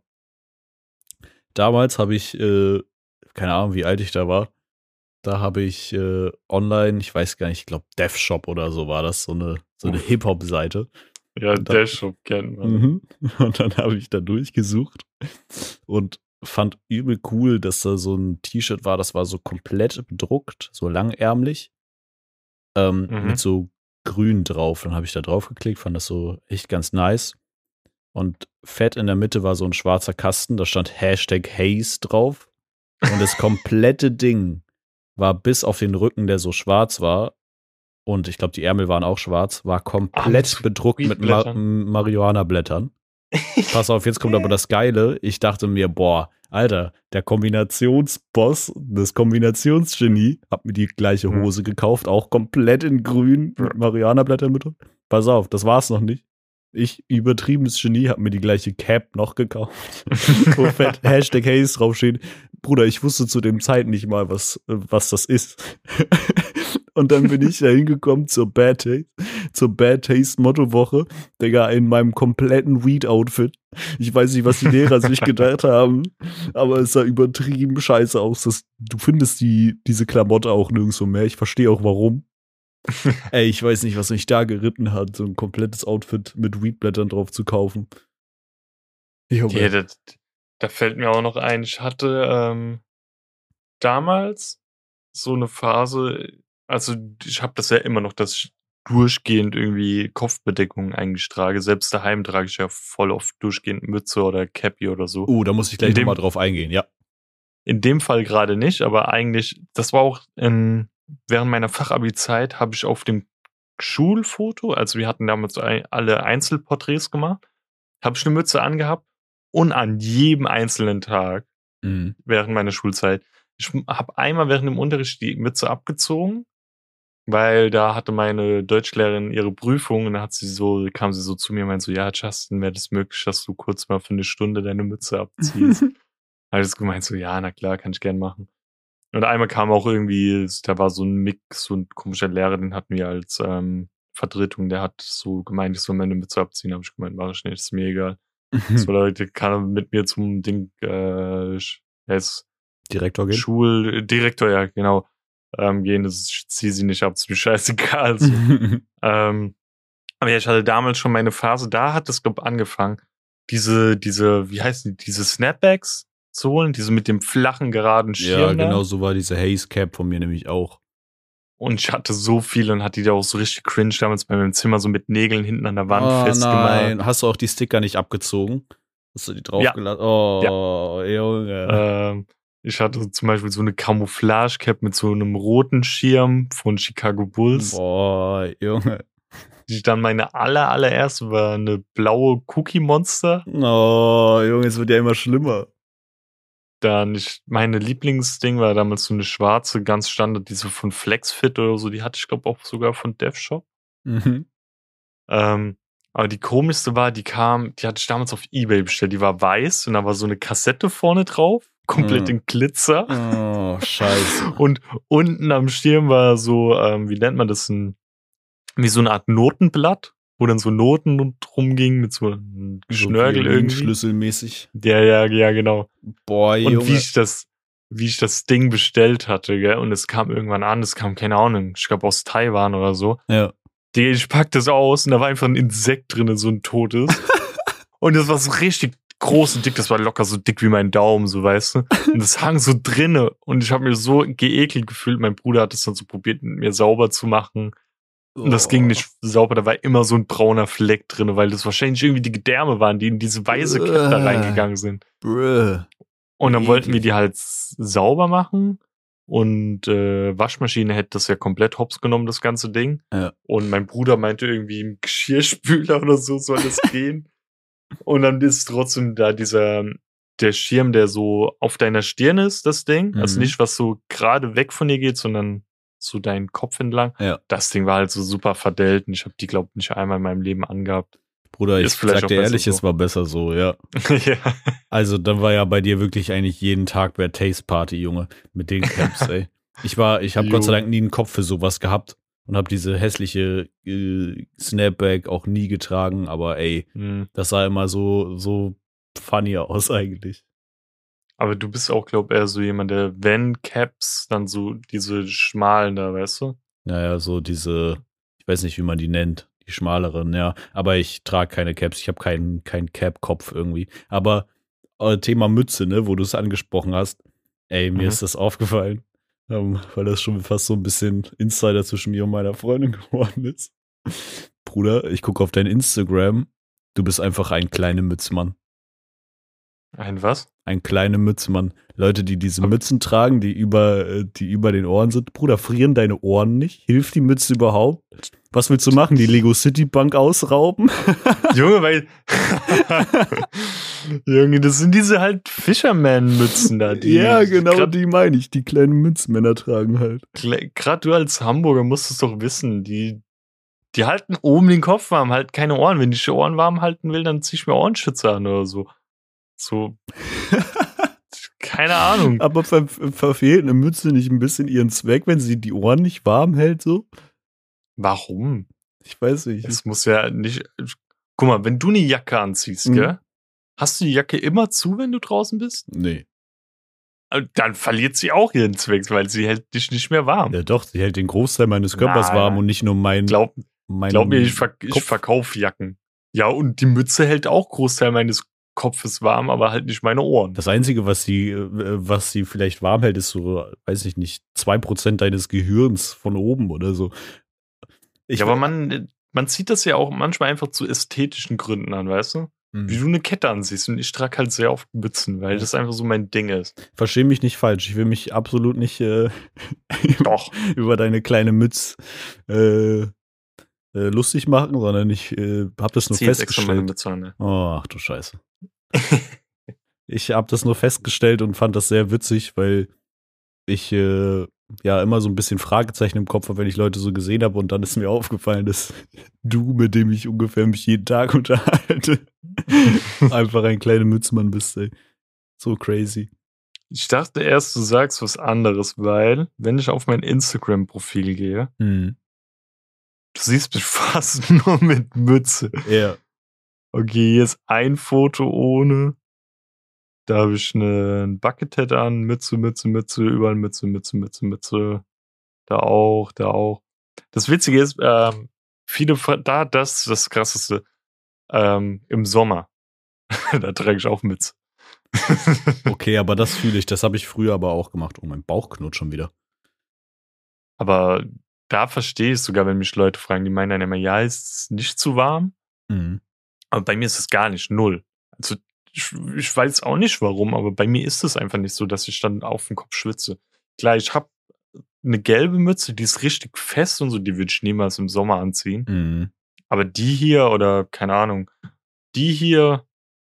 Damals habe ich, äh, keine Ahnung, wie alt ich da war, da habe ich äh, online, ich weiß gar nicht, ich glaube DevShop oder so war das, so eine, so eine Hip-Hop-Seite. Ja, DevShop kennt man. Mhm. Und dann habe ich da durchgesucht und fand übel cool, dass da so ein T-Shirt war, das war so komplett bedruckt, so langärmlich, ähm, Mhm. mit so grün drauf. Dann habe ich da drauf geklickt, fand das so echt ganz nice. Und fett in der Mitte war so ein schwarzer Kasten, da stand Hashtag Haze drauf. Und das komplette Ding war bis auf den Rücken, der so schwarz war, und ich glaube, die Ärmel waren auch schwarz, war komplett Ah, bedruckt mit Ma- Marihuana-Blättern. Pass auf, jetzt kommt aber das Geile. Ich dachte mir, boah, Alter, der Kombinationsboss, das Kombinationsgenie, hat mir die gleiche Hose gekauft, auch komplett in grün mit Marihuana-Blättern mit. Pass auf, das war's noch nicht. Ich, übertriebenes Genie, hab mir die gleiche Cap noch gekauft, wo fett Hashtag Haze draufsteht. Bruder, ich wusste zu dem Zeit nicht mal, was, was das ist. Und dann bin ich da hingekommen zur Bad Taste, zur Bad Taste Mottowoche, Digga, in meinem kompletten Weed-Outfit. Ich weiß nicht, was die Lehrer sich gedacht haben, aber es sah übertrieben scheiße aus. Das, du findest die, diese Klamotte auch nirgendwo mehr. Ich verstehe auch, warum. Ey, ich weiß nicht, was mich da geritten hat, so ein komplettes Outfit mit Weedblättern drauf zu kaufen. Ja, das, da fällt mir auch noch ein, ich hatte ähm, damals so eine Phase, also ich habe das ja immer noch, dass ich durchgehend irgendwie Kopfbedeckungen eigentlich trage. Selbst daheim trage ich ja voll oft durchgehend Mütze oder Cappy oder so. Oh, da muss ich gleich nochmal drauf eingehen, ja. In dem Fall gerade nicht, aber eigentlich, das war auch in, während meiner Fachabi-Zeit, habe ich auf dem Schulfoto, also wir hatten damals ein, alle Einzelporträts gemacht, habe ich eine Mütze angehabt und an jedem einzelnen Tag Mhm. während meiner Schulzeit. Ich habe einmal während dem Unterricht die Mütze abgezogen, weil da hatte meine Deutschlehrerin ihre Prüfung und dann hat sie so, kam sie so zu mir und meinte so, ja, Justin, wäre das möglich, dass du kurz mal für eine Stunde deine Mütze abziehst? Habe ich das gemeint, so, ja, na klar, kann ich gern machen. Und einmal kam auch irgendwie, da war so ein Mix, so ein komischer Lehrer, den hatten wir als ähm, Vertretung, der hat so gemeint, ich soll meine Mütze abziehen. Habe ich gemeint, mach ich nicht, ist mir egal. So Leute, kann er mit mir zum Ding, äh, er ist Direktor gehen? Schuldirektor, ja, genau, ähm, gehen, das ich zieh sie nicht ab, ist mir scheißegal. So. ähm, aber ja, ich hatte damals schon meine Phase, da hat es, glaube ich, angefangen, diese, diese, wie heißen die, diese Snapbacks zu holen, diese mit dem flachen, geraden Schirm. Ja, genau da. so war diese Haze Cap von mir nämlich auch. Und ich hatte so viele und hatte die da auch so richtig cringe damals bei meinem Zimmer so mit Nägeln hinten an der Wand oh, festgemacht. Nein, hast du auch die Sticker nicht abgezogen? Hast du die draufgelassen? Ja. Oh, ja. Junge. Ähm, ich hatte zum Beispiel so eine Camouflage-Cap mit so einem roten Schirm von Chicago Bulls. Boah, Junge. Die dann meine aller, allererste war eine blaue Cookie Monster. Oh, Junge, es wird ja immer schlimmer. Dann, ich, meine Lieblingsding war damals so eine schwarze, ganz Standard, die so von Flexfit oder so, die hatte ich, glaube auch sogar von DevShop. Mhm. Ähm, aber die komischste war, die kam, die hatte ich damals auf Ebay bestellt, die war weiß und da war so eine Kassette vorne drauf, komplett mhm. in Glitzer. Oh, scheiße. Und unten am Schirm war so, ähm, wie nennt man das, ein, wie so eine Art Notenblatt, wo dann so Noten rumgingen mit so einem Schnörkel so irgendwie. Schlüsselmäßig. Ja, ja, ja, genau. Boah, Junge. Und wie ich das, wie ich das Ding bestellt hatte, gell, und es kam irgendwann an, es kam, keine Ahnung, ich glaube aus Taiwan oder so. Ja. Die, ich pack das aus und da war einfach ein Insekt drin, so ein totes. Und das war so richtig groß und dick, das war locker so dick wie mein Daumen, so, weißt du. Und das hang so drinne und ich habe mir so geekelt gefühlt. Mein Bruder hat es dann so probiert, mit mir sauber zu machen. Und das ging nicht sauber, da war immer so ein brauner Fleck drin, weil das wahrscheinlich irgendwie die Gedärme waren, die in diese weiße Cap da reingegangen sind. Bruh. Und dann wollten wir die halt sauber machen und äh, Waschmaschine hätte das ja komplett hops genommen, das ganze Ding. Ja. Und mein Bruder meinte irgendwie im Geschirrspüler oder so soll das gehen. Und dann ist trotzdem da dieser, der Schirm, der so auf deiner Stirn ist, das Ding. Mhm. Also nicht, was so gerade weg von dir geht, sondern so deinen Kopf entlang. Ja. Das Ding war halt so super verdellt und ich habe die, glaube ich, nicht einmal in meinem Leben angehabt. Bruder, ich sag dir ehrlich, so. Es war besser so, ja. Ja. Also dann war ja bei dir wirklich eigentlich jeden Tag Bad Taste Party, Junge, mit den Caps, ey. Ich war, ich habe Gott sei Dank nie einen Kopf für sowas gehabt und habe diese hässliche äh, Snapback auch nie getragen, aber ey, mhm. das sah immer so, so funny aus eigentlich. Aber du bist auch, glaube ich, eher so jemand, der, wenn Caps, dann so diese schmalen da, weißt du? Naja, so diese, ich weiß nicht, wie man die nennt, die schmaleren, ja. Aber ich trage keine Caps, ich habe keinen kein Cap-Kopf irgendwie. Aber äh, Thema Mütze, ne, wo du es angesprochen hast, ey, mir mhm. ist das aufgefallen, ähm, weil das schon fast so ein bisschen Insider zwischen mir und meiner Freundin geworden ist. Bruder, ich gucke auf dein Instagram, du bist einfach ein kleiner Mützmann. Ein was? Ein kleiner Mützmann. Leute, die diese Mützen tragen, die über, die über den Ohren sind. Bruder, frieren deine Ohren nicht? Hilft die Mütze überhaupt? Was willst du machen? Die Lego City Bank ausrauben? Junge, weil Junge, das sind diese halt Fisherman-Mützen da. Die ja, genau, grad, die meine ich. Die kleinen Mützmänner tragen halt. Gerade du als Hamburger musst es doch wissen. Die, die halten oben den Kopf warm, halt keine Ohren. Wenn ich die Ohren warm halten will, dann zieh ich mir Ohrenschützer an oder so. So, keine Ahnung. Aber ver verfehlt eine Mütze nicht ein bisschen ihren Zweck, wenn sie die Ohren nicht warm hält, so? Warum? Ich weiß nicht. Es muss ja nicht. Guck mal, wenn du eine Jacke anziehst, mhm. gell? Hast du die Jacke immer zu, wenn du draußen bist? Nee. Dann verliert sie auch ihren Zweck, weil sie hält dich nicht mehr warm. Ja, doch, sie hält den Großteil meines Körpers Nein. warm und nicht nur mein. Glaub, glaub mir, ich, ver ich verkaufe Jacken. Ja, und die Mütze hält auch Großteil meines Kopf ist warm, aber halt nicht meine Ohren. Das Einzige, was sie, was sie vielleicht warm hält, ist so, weiß ich nicht, zwei Prozent deines Gehirns von oben oder so. Ich ja, aber man, man zieht das ja auch manchmal einfach zu ästhetischen Gründen an, weißt du? Mhm. Wie du eine Kette ansiehst. Und ich trage halt sehr oft Mützen, weil das einfach so mein Ding ist. Versteh mich nicht falsch. Ich will mich absolut nicht äh, Doch. über deine kleine Mütze äh, äh, lustig machen, sondern ich äh, habe das nur Zieh festgestellt. Mütze an, ne? Oh, ach du Scheiße. Ich habe das nur festgestellt und fand das sehr witzig, weil ich äh, ja immer so ein bisschen Fragezeichen im Kopf habe, wenn ich Leute so gesehen habe und dann ist mir aufgefallen, dass du, mit dem ich ungefähr mich jeden Tag unterhalte, einfach ein kleiner Mützmann bist, ey. So crazy. Ich dachte erst, du sagst was anderes, weil, wenn ich auf mein Instagram-Profil gehe, hm. du siehst mich fast nur mit Mütze. Ja. Okay, hier ist ein Foto ohne. Da habe ich eine, ein Buckethead an, Mütze, Mütze, Mütze, überall Mütze, Mütze, Mütze, Mütze. Da auch, da auch. Das Witzige ist, ähm, viele, da, das, das Krasseste, ähm, im Sommer, da trage ich auch Mütze. Okay, aber das fühle ich, das habe ich früher aber auch gemacht. Oh, mein Bauch knurrt schon wieder. Aber da verstehe ich sogar, wenn mich Leute fragen, die meinen dann immer, ja, ist nicht zu warm. Mhm. Aber bei mir ist es gar nicht, null. Also ich, ich weiß auch nicht warum, aber bei mir ist es einfach nicht so, dass ich dann auf den Kopf schwitze. Klar, ich habe eine gelbe Mütze, die ist richtig fest und so, die würde ich niemals im Sommer anziehen. Mhm. Aber die hier oder, keine Ahnung, die hier,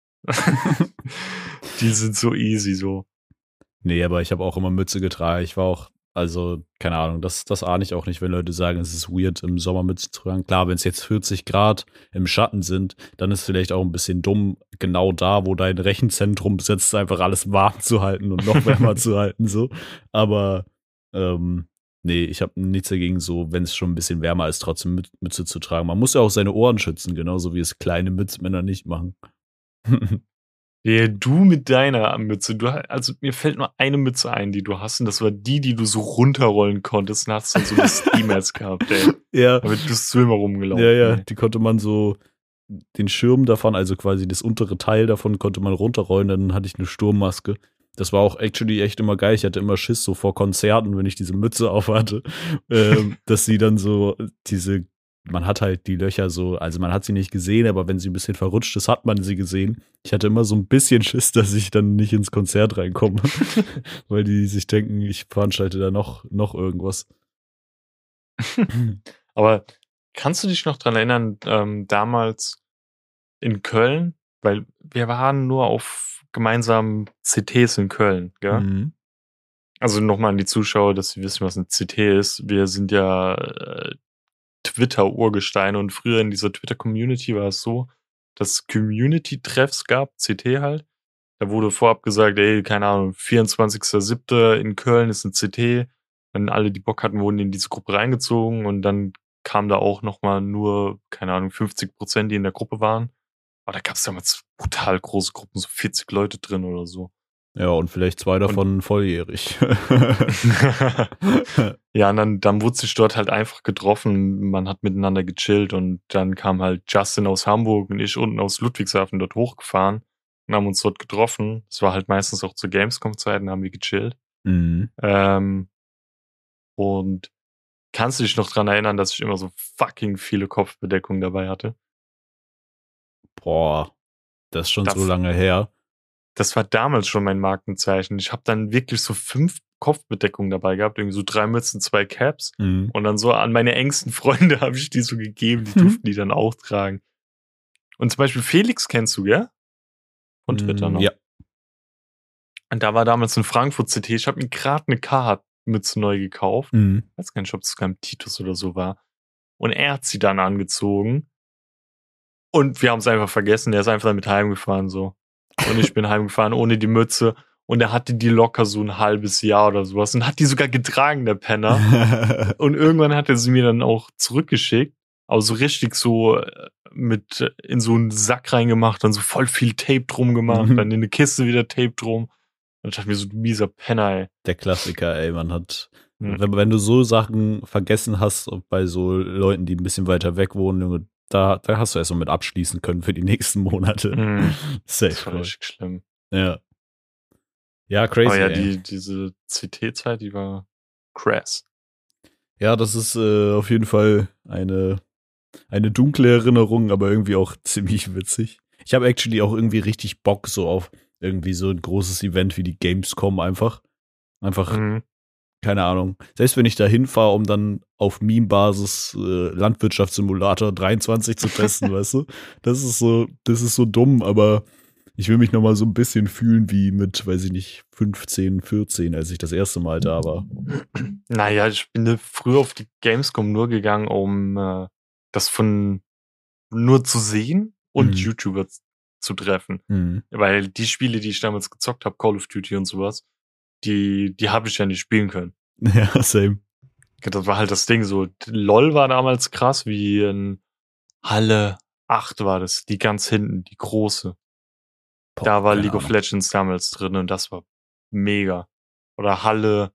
die sind so easy so. Nee, aber ich habe auch immer Mütze getragen. Ich war auch, also, keine Ahnung, das, das ahne ich auch nicht, wenn Leute sagen, es ist weird, im Sommer Mütze zu tragen. Klar, wenn es jetzt vierzig Grad im Schatten sind, dann ist es vielleicht auch ein bisschen dumm, genau da, wo dein Rechenzentrum sitzt, einfach alles warm zu halten und noch wärmer zu halten, so. Aber, ähm, nee, ich habe nichts dagegen, so, wenn es schon ein bisschen wärmer ist, trotzdem Mütze zu tragen. Man muss ja auch seine Ohren schützen, genauso wie es kleine Mützmänner nicht machen. Ja, du mit deiner Mütze, du, also mir fällt nur eine Mütze ein, die du hast, und das war die, die du so runterrollen konntest und hast dann so eine Steamers gehabt, ey. Ja. Aber du bist so immer rumgelaufen. Ja, ja, ey. Die konnte man so, den Schirm davon, also quasi das untere Teil davon, konnte man runterrollen, dann hatte ich eine Sturmmaske. Das war auch actually echt immer geil. Ich hatte immer Schiss so vor Konzerten, wenn ich diese Mütze auf hatte, ähm, dass sie dann so diese man hat halt die Löcher so, also man hat sie nicht gesehen, aber wenn sie ein bisschen verrutscht ist, hat man sie gesehen. Ich hatte immer so ein bisschen Schiss, dass ich dann nicht ins Konzert reinkomme, weil die sich denken, ich veranstalte da noch, noch irgendwas. Aber kannst du dich noch dran erinnern, ähm, damals in Köln, weil wir waren nur auf gemeinsamen C Ts in Köln, gell? Mhm. Also nochmal an die Zuschauer, dass sie wissen, was ein C T ist. Wir sind ja äh, Twitter-Urgesteine und früher in dieser Twitter-Community war es so, dass es Community-Treffs gab, C T halt. Da wurde vorab gesagt, ey, keine Ahnung, vierundzwanzigster siebter in Köln ist ein C T. Wenn alle, die Bock hatten, wurden in diese Gruppe reingezogen und dann kam da auch nochmal nur, keine Ahnung, fünfzig Prozent, die in der Gruppe waren. Aber da gab es damals brutal große Gruppen, so vierzig Leute drin oder so. Ja, und vielleicht zwei davon und volljährig. Ja, und dann, dann wurde sich dort halt einfach getroffen, man hat miteinander gechillt und dann kam halt Justin aus Hamburg und ich unten aus Ludwigshafen dort hochgefahren und haben uns dort getroffen. Es war halt meistens auch zur Gamescom-Zeiten, haben wir gechillt. Mhm. Ähm, und kannst du dich noch dran erinnern, dass ich immer so fucking viele Kopfbedeckungen dabei hatte? Boah, das ist schon Das- so lange her. Das war damals schon mein Markenzeichen. Ich habe dann wirklich so fünf Kopfbedeckungen dabei gehabt, irgendwie so drei Mützen, zwei Caps. Mhm. Und dann so an meine engsten Freunde habe ich die so gegeben, die durften die dann auch tragen. Und zum Beispiel Felix kennst du, gell? Von Twitter Mm, noch. Ja. Und da war damals in Frankfurt C T. Ich habe mir gerade eine Carhartt-Mütze neu gekauft. Mhm. Ich weiß gar nicht, ob es kein Titus oder so war. Und er hat sie dann angezogen. Und wir haben es einfach vergessen. Er ist einfach damit heimgefahren, so. Und ich bin heimgefahren ohne die Mütze. Und er hatte die locker so ein halbes Jahr oder sowas. Und hat die sogar getragen, der Penner. Und irgendwann hat er sie mir dann auch zurückgeschickt. Aber so richtig so äh, mit äh, in so einen Sack reingemacht, dann so voll viel Tape drum gemacht, Mhm. dann in eine Kiste wieder Tape drum. Und ich dachte mir so, du mieser Penner, ey. Der Klassiker, ey, man hat, Mhm. wenn, wenn du so Sachen vergessen hast, bei so Leuten, die ein bisschen weiter weg wohnen, Junge, da, da hast du erst so mit abschließen können für die nächsten Monate. Mhm. Safe. Das war voll. richtig schlimm. Ja. Ja, crazy. Aber ja, ey. die, diese C T-Zeit, die war crass. Ja, das ist äh, auf jeden Fall eine, eine dunkle Erinnerung, aber irgendwie auch ziemlich witzig. Ich habe actually auch irgendwie richtig Bock so auf irgendwie so ein großes Event wie die Gamescom einfach. Einfach, Mhm. keine Ahnung. Selbst wenn ich da hinfahre, um dann auf Meme-Basis äh, Landwirtschaftssimulator dreiundzwanzig zu testen, weißt du? Das ist so, das ist so dumm, aber ich will mich noch mal so ein bisschen fühlen wie mit, weiß ich nicht, fünfzehn, vierzehn, als ich das erste Mal da war. Naja, ich bin früher auf die Gamescom nur gegangen, um äh, das von nur zu sehen und Mhm. YouTuber z- zu treffen. Mhm. Weil die Spiele, die ich damals gezockt habe, Call of Duty und sowas, die, die habe ich ja nicht spielen können. Ja, same. Das war halt das Ding so. LOL war damals krass, wie in Halle acht war das, die ganz hinten, die große. Boah, Da war keine League of Ahnung. Legends damals drin und das war mega. Oder Halle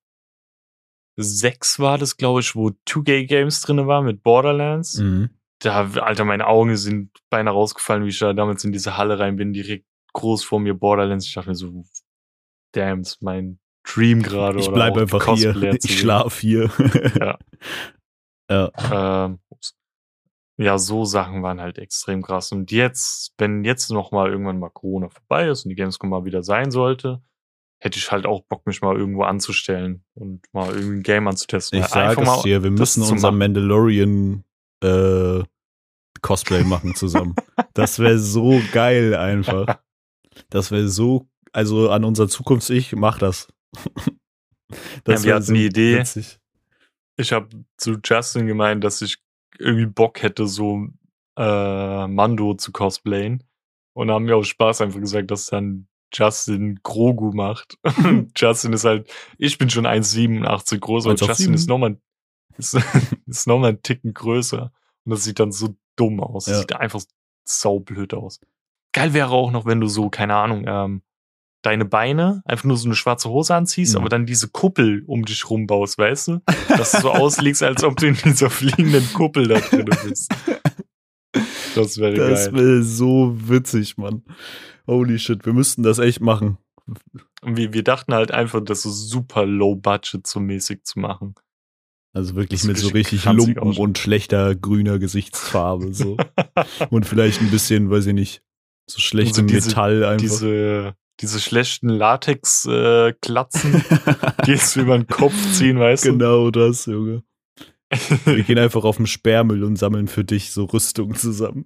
sechs war das, glaube ich, wo zwei K Games drin war mit Borderlands. Mhm. Da, Alter, meine Augen sind beinahe rausgefallen, wie ich da damals in diese Halle rein bin, direkt groß vor mir Borderlands. Ich dachte mir so, damn, ist mein Dream gerade. Ich oder bleib auch einfach Cosplayer hier. zu Ich sehen. schlaf hier. Ja. Ja. Ähm, ups. Ja, so Sachen waren halt extrem krass. Und jetzt, wenn jetzt noch mal irgendwann mal Corona vorbei ist und die Gamescom mal wieder sein sollte, hätte ich halt auch Bock, mich mal irgendwo anzustellen und mal irgendwie ein Game anzutesten. Ich Weil sage einfach es mal dir, wir das müssen zu unser machen. Mandalorian äh, Cosplay machen zusammen. Das wäre so geil einfach. Das wäre so, also an unser Zukunfts-Ich, mach das. Ja, wir wär hatten die Idee. witzig. Ich habe zu Justin gemeint, dass ich irgendwie Bock hätte, so äh, Mando zu cosplayen. Und haben mir auch Spaß einfach gesagt, dass dann Justin Grogu macht. Justin ist halt, ich bin schon eins Komma siebenundachtzig groß, aber eins auf Justin ist sieben. nochmal ist, ist noch mal einen Ticken größer. Und das sieht dann so dumm aus. Das Ja. sieht einfach saublöd aus. Geil wäre auch noch, wenn du so, keine Ahnung, ähm, deine Beine einfach nur so eine schwarze Hose anziehst, Mhm. aber dann diese Kuppel um dich rumbaust, weißt du? Dass du so auslegst, als ob du in dieser fliegenden Kuppel da drin bist. Das wäre Das geil. wäre so witzig, Mann. Holy shit, wir müssten das echt machen. Und wir, wir dachten halt einfach, das so super low budget so mäßig zu machen. Also wirklich mit so richtig Lumpen und schlechter grüner Gesichtsfarbe. So. Und vielleicht ein bisschen, weiß ich nicht, so schlechtem also diese, Metall einfach. Diese, diese schlechten Latex-Klatzen, äh, die jetzt über den Kopf ziehen, weißt du? Genau das, Junge. Wir gehen einfach auf den Sperrmüll und sammeln für dich so Rüstung zusammen.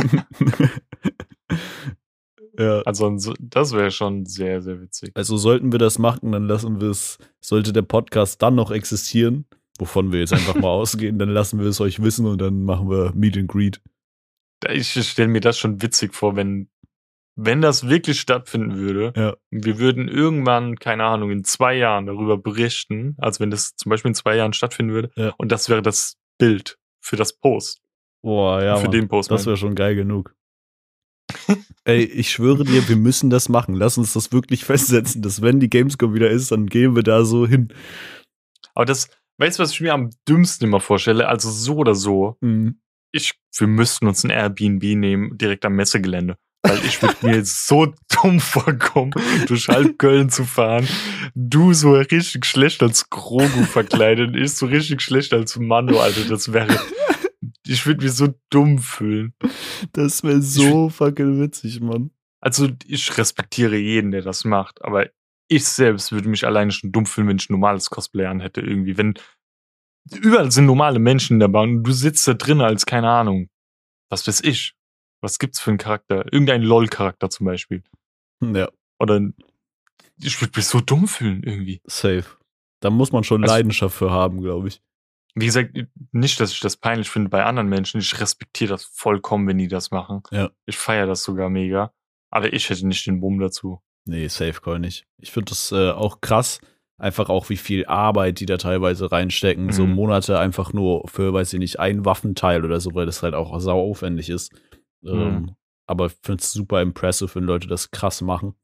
Ja. Also das wäre schon sehr, sehr witzig. Also sollten wir das machen, dann lassen wir es, sollte der Podcast dann noch existieren, wovon wir jetzt einfach mal ausgehen, dann lassen wir es euch wissen und dann machen wir Meet and Greet. Ich stelle mir das schon witzig vor, wenn wenn das wirklich stattfinden würde. Ja. Wir würden irgendwann, keine Ahnung, in zwei Jahren darüber berichten, als wenn das zum Beispiel in zwei Jahren stattfinden würde. Ja. Und das wäre das Bild für das Post. Boah, ja, für Mann, den Post. Das wäre schon geil genug. Ey, ich schwöre dir, wir müssen das machen. Lass uns das wirklich festsetzen, dass wenn die Gamescom wieder ist, dann gehen wir da so hin. Aber das, weißt du, was ich mir am dümmsten immer vorstelle? Also so oder so. Mhm. Ich, wir müssten uns ein Airbnb nehmen, direkt am Messegelände. Weil ich würde mir so dumm vorkommen, durch halb Köln zu fahren. Du so richtig schlecht als Grogu verkleidet, ich so richtig schlecht als Mando, Alter. Das wäre... Ich würde mich so dumm fühlen. Das wäre so ich, fucking witzig, Mann. Also ich respektiere jeden, der das macht, aber ich selbst würde mich alleine schon dumm fühlen, wenn ich ein normales Cosplay an hätte irgendwie. Wenn überall sind normale Menschen in der Bahn und du sitzt da drin als, keine Ahnung, was weiß ich. Was gibt's für einen Charakter? Irgendein LOL-Charakter zum Beispiel. Ja. Oder ich würde mich so dumm fühlen irgendwie. Safe. Da muss man schon also, Leidenschaft für haben, glaube ich. Wie gesagt, nicht, dass ich das peinlich finde bei anderen Menschen. Ich respektiere das vollkommen, wenn die das machen. Ja. Ich feiere das sogar mega. Aber ich hätte nicht den Bumm dazu. Nee, safe call nicht. Ich finde das äh, auch krass. Einfach auch, wie viel Arbeit die da teilweise reinstecken. Mhm. So Monate einfach nur für, weiß ich nicht, ein Waffenteil oder so, weil das halt auch sau aufwendig ist. Mhm. Ähm, aber ich finde es super impressive, wenn Leute das krass machen.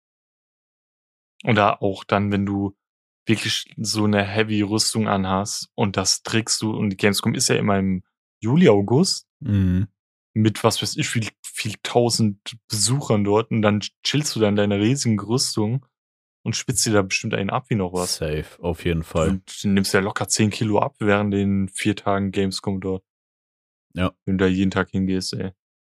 Oder auch dann, wenn du wirklich so eine Heavy-Rüstung anhast und das trägst du, und die Gamescom ist ja immer im Juli, August, mhm. mit was weiß ich, viel, viel tausend Besuchern dort, und dann chillst du da in deiner riesigen Rüstung und spitzt dir da bestimmt einen ab wie noch was. Safe, auf jeden Fall. Und du nimmst ja locker zehn Kilo ab während den vier Tagen Gamescom dort. Ja. Wenn du da jeden Tag hingehst, ey.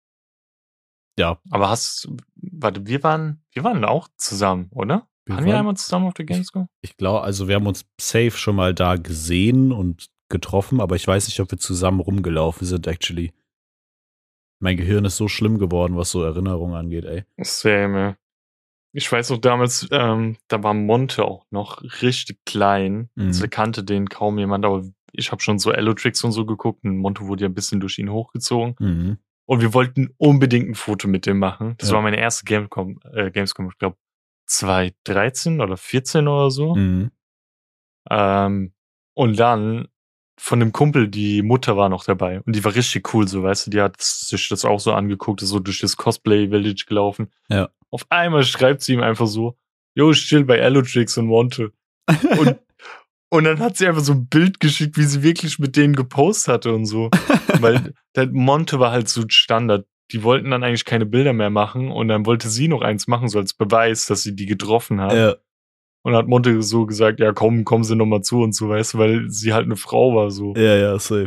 Ja. Aber hast, warte, wir waren, wir waren auch zusammen, oder? Wir waren wir einmal zusammen auf der Gamescom? Ich, ich glaube, also wir haben uns safe schon mal da gesehen und getroffen, aber ich weiß nicht, ob wir zusammen rumgelaufen sind, actually. Mein Gehirn ist so schlimm geworden, was so Erinnerungen angeht, ey. Same. Ich weiß noch damals, ähm, da war Monte auch noch richtig klein. Mhm. Also kannte den kaum jemand, aber ich habe schon so Allotrix und so geguckt und Monte wurde ja ein bisschen durch ihn hochgezogen. Mhm. Und wir wollten unbedingt ein Foto mit dem machen. Das ja. war meine erste Gamescom, äh, Gamescom, ich glaube zwanzig dreizehn oder vierzehn oder so. Mhm. Ähm, und dann von dem Kumpel, die Mutter war noch dabei. Und die war richtig cool, so, weißt du, die hat sich das auch so angeguckt, ist so durch das Cosplay-Village gelaufen. Ja. Auf einmal schreibt sie ihm einfach so, yo, ich chill bei Allotrix und Monte. und, und dann hat sie einfach so ein Bild geschickt, wie sie wirklich mit denen gepostet hatte und so. Weil der Monte war halt so Standard. Die wollten dann eigentlich keine Bilder mehr machen und dann wollte sie noch eins machen, so als Beweis, dass sie die getroffen hat. Ja. Und hat Monte so gesagt, ja komm, kommen Sie noch mal zu und so, weißt du, weil sie halt eine Frau war, so. Ja, ja, safe.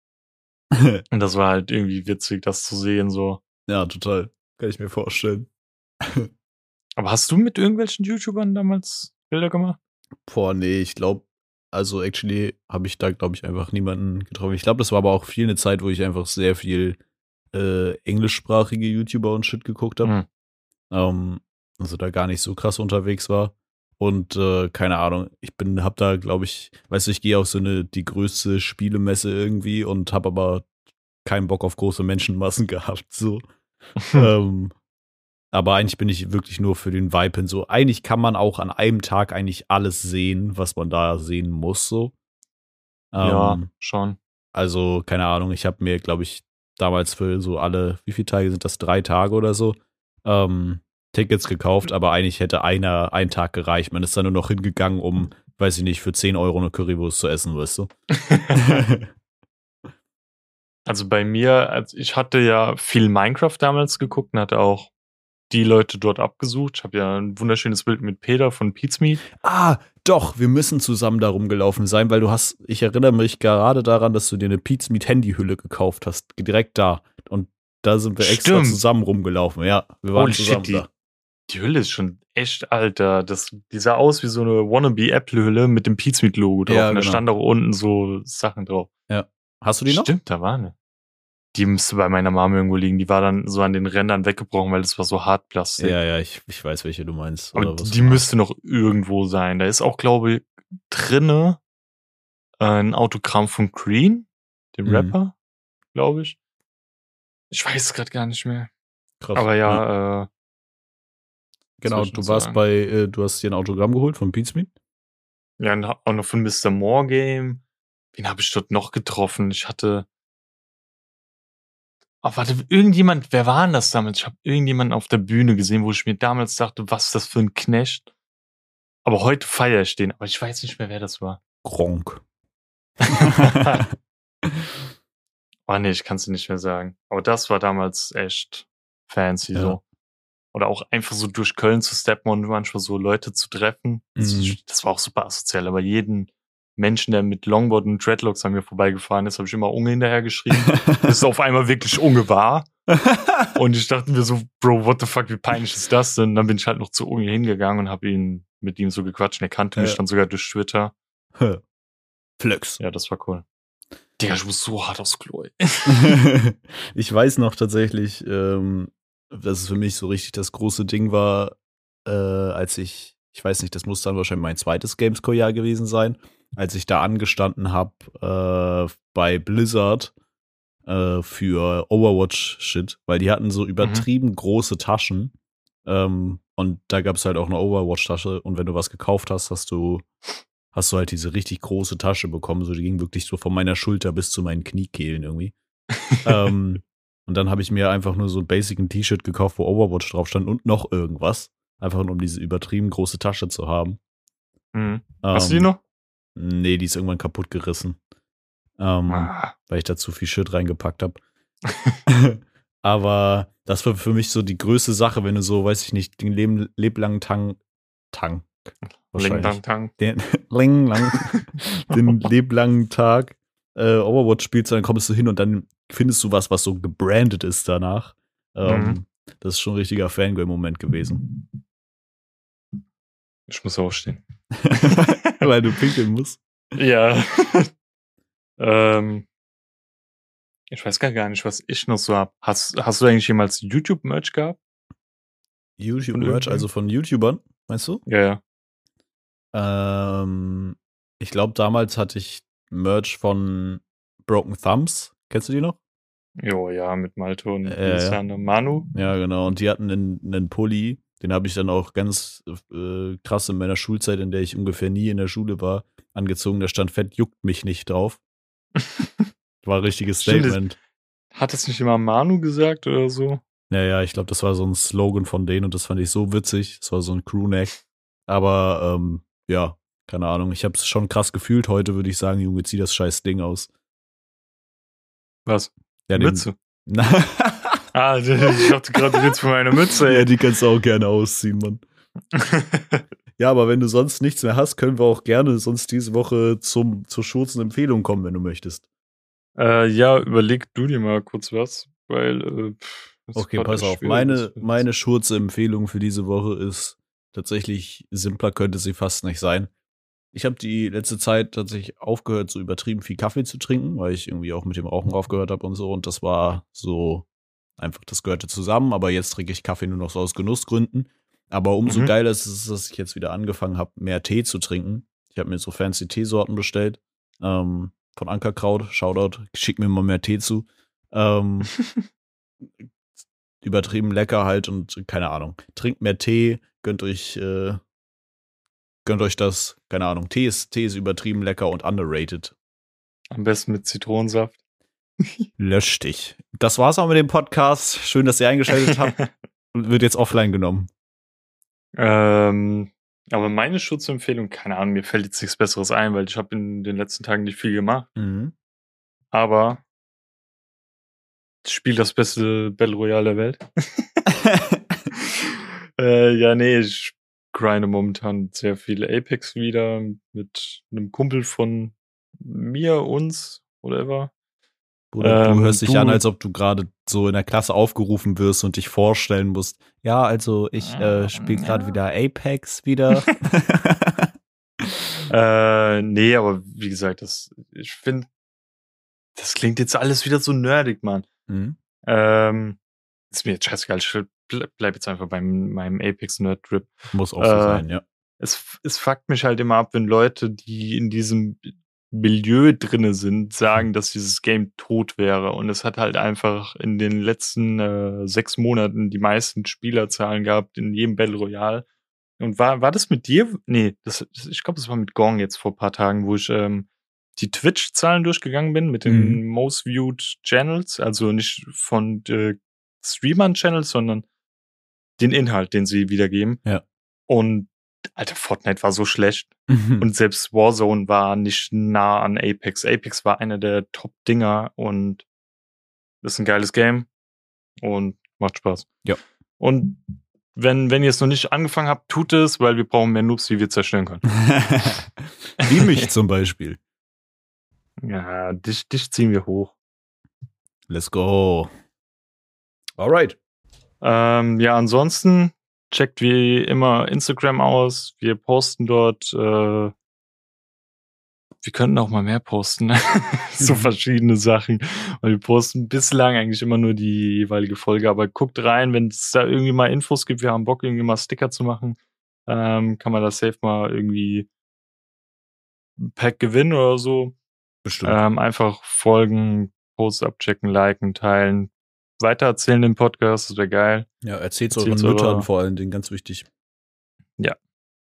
Und das war halt irgendwie witzig, das zu sehen, so. Ja, total. Kann ich mir vorstellen. Aber hast du mit irgendwelchen YouTubern damals Bilder gemacht? Boah, nee, ich glaube, also actually habe ich da, glaube ich, einfach niemanden getroffen. Ich glaube, das war aber auch viel eine Zeit, wo ich einfach sehr viel äh, englischsprachige YouTuber und Shit geguckt habe. Mhm. Ähm, also da gar nicht so krass unterwegs war. Und äh, keine Ahnung, ich bin, hab da, glaube ich, weißt du, ich gehe auf so eine, die größte Spielemesse irgendwie und habe aber keinen Bock auf große Menschenmassen gehabt, so. ähm, aber eigentlich bin ich wirklich nur für den Vibe hin, so. Eigentlich kann man auch an einem Tag eigentlich alles sehen, was man da sehen muss, so. Ähm, ja, schon. Also, keine Ahnung, ich habe mir, glaube ich, damals für so alle, wie viele Tage sind das, drei Tage oder so, ähm, Tickets gekauft, aber eigentlich hätte einer ein Tag gereicht. Man ist da nur noch hingegangen, um, weiß ich nicht, für zehn Euro eine Currywurst zu essen, weißt du? Also bei mir, also ich hatte ja viel Minecraft damals geguckt und hatte auch die Leute dort abgesucht. Ich habe ja ein wunderschönes Bild mit Peter von Pizmeet. Ah, doch, wir müssen zusammen da rumgelaufen sein, weil du hast, ich erinnere mich gerade daran, dass du dir eine Pizmeet-Handyhülle gekauft hast. Direkt da. Und da sind wir extra Stimmt. zusammen rumgelaufen. Ja, wir waren Holy zusammen shit, die, da. die Hülle ist schon echt alter. Das, die sah aus wie so eine Wannabe-Apple-Hülle mit dem Pizmeet-Logo drauf. Ja, Und da genau. stand auch unten so Sachen drauf. Ja. Hast du die noch? Stimmt, da war eine. Die müsste bei meiner Mama irgendwo liegen. Die war dann so an den Rändern weggebrochen, weil das war so Hartplastik. Ja, ja, ich, ich weiß, welche du meinst. Aber Oder was die müsste noch irgendwo sein. Da ist auch, glaube ich, drinne ein Autogramm von Green, dem Mhm. Rapper, glaube ich. Ich weiß es gerade gar nicht mehr. Krass. Aber ja, äh, Genau, soll ich du noch warst sagen? bei, äh, du hast dir ein Autogramm geholt von Pizmeet? ja, und auch noch von Mister Moore Game. Wen habe ich dort noch getroffen? Ich hatte. Oh, warte, irgendjemand, wer war denn das damals? Ich habe irgendjemanden auf der Bühne gesehen, wo ich mir damals dachte, was ist das für ein Knecht? Aber heute feiere ich den, aber ich weiß nicht mehr, wer das war. Gronk. Oh nee, ich kann es nicht mehr sagen. Aber das war damals echt fancy Ja. so. Oder auch einfach so durch Köln zu steppen und manchmal so Leute zu treffen. Das, Mhm. das war auch super asozial. Aber jeden Menschen, der mit Longboard und Dreadlocks an mir vorbeigefahren ist, habe ich immer Unge hinterher geschrien. Bis es auf einmal wirklich Unge war. Und ich dachte mir so, Bro, what the fuck, wie peinlich ist das denn? Und dann bin ich halt noch zu Unge hingegangen und habe ihn mit ihm so gequatscht. Und er kannte mich Ja. dann sogar durch Twitter. Flex. Ja, das war cool. Digga, ich muss so hart aufs Klo, ey. Ich weiß noch tatsächlich, ähm, dass es für mich so richtig das große Ding war, äh, als ich, ich weiß nicht, das muss dann wahrscheinlich mein zweites Gamescore-Jahr gewesen sein, als ich da angestanden habe äh, bei Blizzard äh, für Overwatch-Shit, weil die hatten so übertrieben mhm. große Taschen ähm, und da gab es halt auch eine Overwatch-Tasche und wenn du was gekauft hast, hast du hast du halt diese richtig große Tasche bekommen, so die ging wirklich so von meiner Schulter bis zu meinen Kniekehlen irgendwie. ähm, und dann habe ich mir einfach nur so ein basic ein T-Shirt gekauft, wo Overwatch drauf stand und noch irgendwas. Einfach nur, um diese übertrieben große Tasche zu haben. Mhm. Ähm, Hast du die noch? Nee, die ist irgendwann kaputt gerissen. Ähm, Ah. Weil ich da zu viel Shit reingepackt habe. Aber das war für mich so die größte Sache, wenn du so, weiß ich nicht, den leb leblangen Tang, Tang, wahrscheinlich. Tang. Den, lang, lang, den leblangen Tag äh, Overwatch spielst, dann kommst du hin und dann findest du was, was so gebrandet ist danach. Ähm, Mhm. Das ist schon ein richtiger Fangirl-Moment gewesen. Ich muss aufstehen. Weil du pinkeln musst. Ja. ähm, ich weiß gar, gar nicht, was ich noch so hab. Hast, hast du eigentlich jemals YouTube-Merch gehabt? YouTube-Merch, also von YouTubern, meinst du? Ja, ja. Ähm, ich glaube, damals hatte ich Merch von Broken Thumbs. Kennst du die noch? Jo, ja, mit Malte und äh, ja. Manu. Ja, genau. Und die hatten einen, einen Pulli. Den habe ich dann auch ganz äh, krass in meiner Schulzeit, in der ich ungefähr nie in der Schule war, angezogen. Da stand fett, juckt mich nicht drauf. War ein richtiges Statement. Stimmt, hat es nicht immer Manu gesagt oder so? Ja, ja, ich glaube, das war so ein Slogan von denen und das fand ich so witzig. Das war so ein Crewneck. Aber, ähm, ja, keine Ahnung. Ich habe es schon krass gefühlt. Heute würde ich sagen, Junge, zieh das scheiß Ding aus. Was? Ja, Mütze? Ah, ich dachte gerade, du redest von meiner Mütze, ey. Ja, die kannst du auch gerne ausziehen, Mann. Ja, aber wenn du sonst nichts mehr hast, können wir auch gerne sonst diese Woche zum, zur Schurzen-Empfehlung kommen, wenn du möchtest. Äh, ja, überleg du dir mal kurz was, weil äh, pff, okay, pass auf. Schwer, meine, meine Schurze-Empfehlung für diese Woche ist tatsächlich, simpler könnte sie fast nicht sein. Ich habe die letzte Zeit tatsächlich aufgehört, so übertrieben viel Kaffee zu trinken, weil ich irgendwie auch mit dem Rauchen aufgehört habe und so. Und das war so einfach, das gehörte zusammen. Aber jetzt trinke ich Kaffee nur noch so aus Genussgründen. Aber umso mhm. geiler ist es, dass ich jetzt wieder angefangen habe, mehr Tee zu trinken. Ich habe mir so fancy Teesorten bestellt. Ähm, von Ankerkraut. Shoutout. Schick mir mal mehr Tee zu. Ähm, übertrieben lecker halt und keine Ahnung. Trinkt mehr Tee, gönnt euch äh, Gönnt euch das, keine Ahnung. Tee ist, Tee ist übertrieben lecker und underrated. Am besten mit Zitronensaft. Lösch dich. Das war's auch mit dem Podcast. Schön, dass ihr eingeschaltet habt. Wird jetzt offline genommen. Ähm, aber meine Schutzempfehlung, keine Ahnung, mir fällt jetzt nichts Besseres ein, weil ich habe in den letzten Tagen nicht viel gemacht. Mhm. Aber Spiel das beste Battle Royale der Welt. äh, ja, nee, ich grinde momentan sehr viel Apex wieder mit einem Kumpel von mir, uns, whatever. Oder du Ähm, hörst dich du- an, als ob du gerade so in der Klasse aufgerufen wirst und dich vorstellen musst. Ja, also ich äh, spiele gerade Ja. wieder Apex wieder. Äh, nee, aber wie gesagt, das, ich finde, das klingt jetzt alles wieder so nerdig, Mann. Mhm. Ähm, ist mir jetzt scheißegal, ich ble- bleib jetzt einfach beim meinem Apex-Nerd-Trip. Muss auch so Äh, sein, ja. Es, es fuckt mich halt immer ab, wenn Leute, die in diesem Milieu drinne sind, sagen, dass dieses Game tot wäre. Und es hat halt einfach in den letzten äh, sechs Monaten die meisten Spielerzahlen gehabt in jedem Battle Royale. Und war, war das mit dir? Nee, das, das, ich glaube, das war mit Gong jetzt vor ein paar Tagen, wo ich ähm, die Twitch-Zahlen durchgegangen bin mit den Mhm. Most Viewed Channels. Also nicht von äh, Streamern-Channels, sondern den Inhalt, den sie wiedergeben. Ja. Und Alter, Fortnite war so schlecht. Mhm. Und selbst Warzone war nicht nah an Apex. Apex war einer der Top-Dinger und ist ein geiles Game und macht Spaß. Ja. Und wenn, wenn ihr es noch nicht angefangen habt, tut es, weil wir brauchen mehr Noobs, die wir zerstören können. Wie mich zum Beispiel. Ja, dich, dich ziehen wir hoch. Let's go. Alright. Ähm, ja, ansonsten checkt wie immer Instagram aus. Wir posten dort äh, wir könnten auch mal mehr posten. So Mhm. verschiedene Sachen. Weil wir posten bislang eigentlich immer nur die jeweilige Folge. Aber guckt rein, wenn es da irgendwie mal Infos gibt. Wir haben Bock, irgendwie mal Sticker zu machen. Ähm, kann man das safe mal irgendwie ein Pack gewinnen oder so. Bestimmt. Ähm, einfach folgen, Posts abchecken, liken, teilen. Weitererzählen den Podcast, das wäre geil. Ja, erzählt's Erzählt's euren Müttern eurer- vor allen Dingen, ganz wichtig. Ja.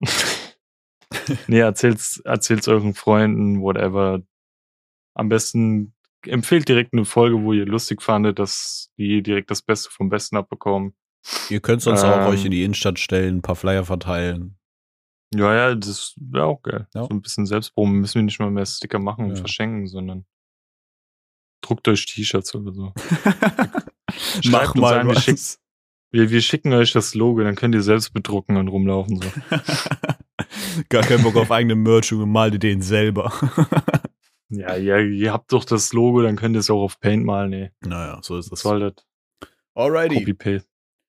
Nee, erzählt's, erzählt's euren Freunden, whatever. Am besten empfehlt direkt eine Folge, wo ihr lustig fandet, dass die direkt das Beste vom Besten abbekommen. Ihr könnt sonst auch Ähm, euch in die Innenstadt stellen, ein paar Flyer verteilen. Ja, ja, das wäre auch geil. Ja. So ein bisschen Selbstpromo müssen wir nicht mal mehr Sticker machen und Ja. verschenken, sondern druckt euch T-Shirts oder so. Mach Schreibt uns mal an, wir, schick, was. wir, wir schicken euch das Logo, dann könnt ihr selbst bedrucken und rumlaufen. So. Gar keinen Bock auf eigene Merch, Junge, mal dir den selber. Ja, ja, ihr habt doch das Logo, dann könnt ihr es auch auf Paint malen, ey. Naja, so ist Was es. soll das? Alrighty. Copy-Paste.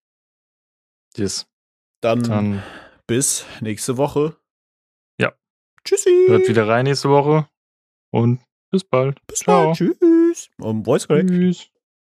Yes. Dann, Dann bis nächste Woche. Ja. Tschüssi. hört wieder rein nächste Woche und bis bald. Bis Ciao. bald. Tschüss. Und Voice Crack. Tschüss.